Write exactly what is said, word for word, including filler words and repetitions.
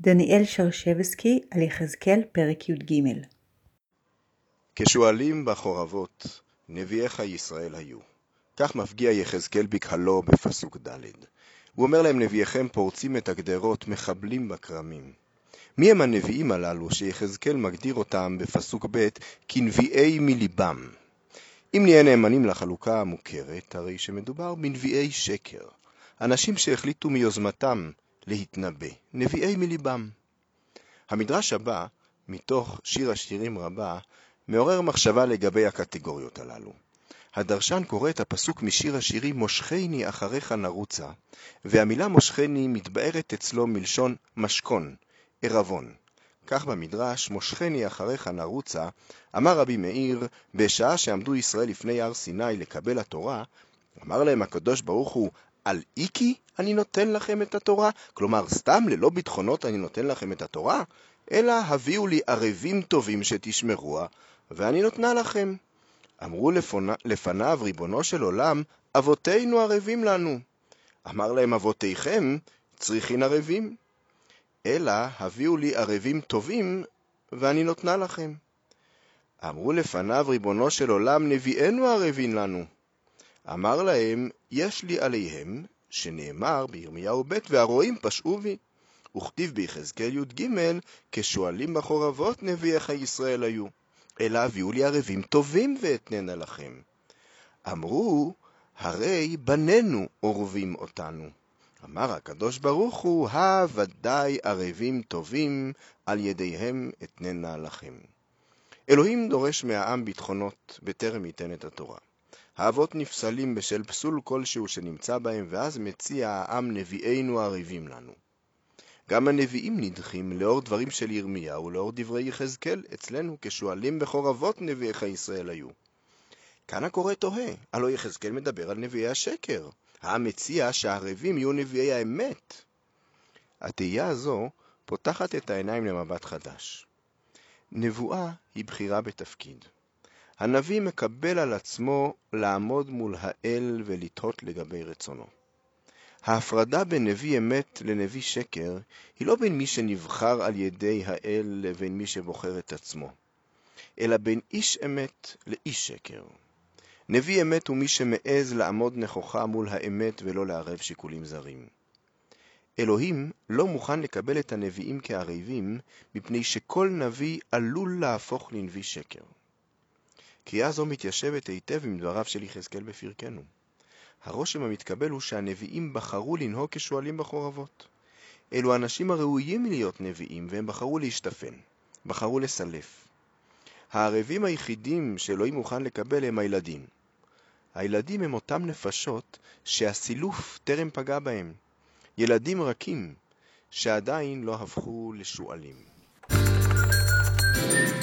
דניאל שרשבסקי על יחזקאל פרק י"ג. כשואלים בחורבות, נביאיך ישראל היו. כך מפגיע יחזקאל בקהלו בפסוק ד'. הוא אומר להם, נביאיכם פורצים את הגדרות, מחבלים בקרמים. מי הם הנביאים הללו שיחזקאל מגדיר אותם בפסוק ב' כנביאי מליבם? אם נהיה נאמנים לחלוקה המוכרת, הרי שמדובר בנביאי שקר. אנשים שהחליטו מיוזמתם להתנבא, נביאי מליבם. המדרש הבא, מתוך שיר השירים רבה, מעורר מחשבה לגבי הקטגוריות הללו. הדרשן קורא את הפסוק משיר השירים מושכני אחריך נרוצה, והמילה מושכני מתבארת אצלו מלשון משכון, ערבון. כך במדרש, מושכני אחריך נרוצה, אמר רבי מאיר, בשעה שעמדו ישראל לפני הר סיני לקבל התורה, אמר להם הקדוש ברוך הוא, על איקי אני נותן לכם את התורה? כלומר, סתם ללא ביטחונות אני נותן לכם את התורה? אלא הביאו לי ערבים טובים שתשמרוה, ואני נותנה לכם. אמרו לפונה, לפניו ריבונו של עולם, אבותינו ערבים לנו. אמר להם, אבותיכם צריכין ערבים. אלא הביאו לי ערבים טובים, ואני נותנה לכם. אמרו לפניו ריבונו של עולם, נביאנו ערבים לנו. אמר להם, יש לי עליהם, שנאמר בירמיהו ב' והרועים פשעו בי. וכתיב ביחזקאל י"ג, כשואלים בחורבות נביאיך ישראל היו. אלא הביאו לי ערבים טובים ואתננה לכם. אמרו, הרי בנינו עורבים אותנו. אמר הקדוש ברוך הוא, הוודאי ערבים טובים, על ידיהם אתננה לכם. אלוהים דורש מהעם ביטחונות בטרם ייתן את התורה. האבות נפסלים בשל פסול כלשהו שנמצא בהם, ואז מציע העם נביאינו ערבים לנו. גם הנביאים נדחים לאור דברים של ירמיהו ולאור דברי יחזקאל, אצלנו כשואלים בחורבות נביאיך ישראל היו. כאן הקורא תוהה, הלא יחזקאל מדבר על נביאי השקר. העם מציע שהערבים יהיו נביאי האמת. התהייה הזו פותחת את העיניים למבט חדש. נבואה היא בחירה בתפקיד. הנביא מקבל על עצמו לעמוד מול האל ולתהות לגבי רצונו. ההפרדה בין נביא אמת לנביא שקר היא לא בין מי שנבחר על ידי האל לבין מי שבוחר את עצמו, אלא בין איש אמת לאיש שקר. נביא אמת הוא מי שמעז לעמוד נכוחה מול האמת ולא לערב שיקולים זרים. אלוהים לא מוכן לקבל את הנביאים כערבים, מפני שכל נביא עלול להפוך לנביא שקר. קריאה זו מתיישבת היטב עם דבריו של יחזקאל בפרקנו. הרושם המתקבל הוא שהנביאים בחרו לנהוג כשואלים בחורבות. אלו האנשים הראויים להיות נביאים, והם בחרו להשתפן, בחרו לסלף. הערבים היחידים שאלוהים מוכן לקבל הם הילדים. הילדים הם אותם נפשות שהסילוף טרם פגע בהם. ילדים רכים שעדיין לא הפכו לשואלים.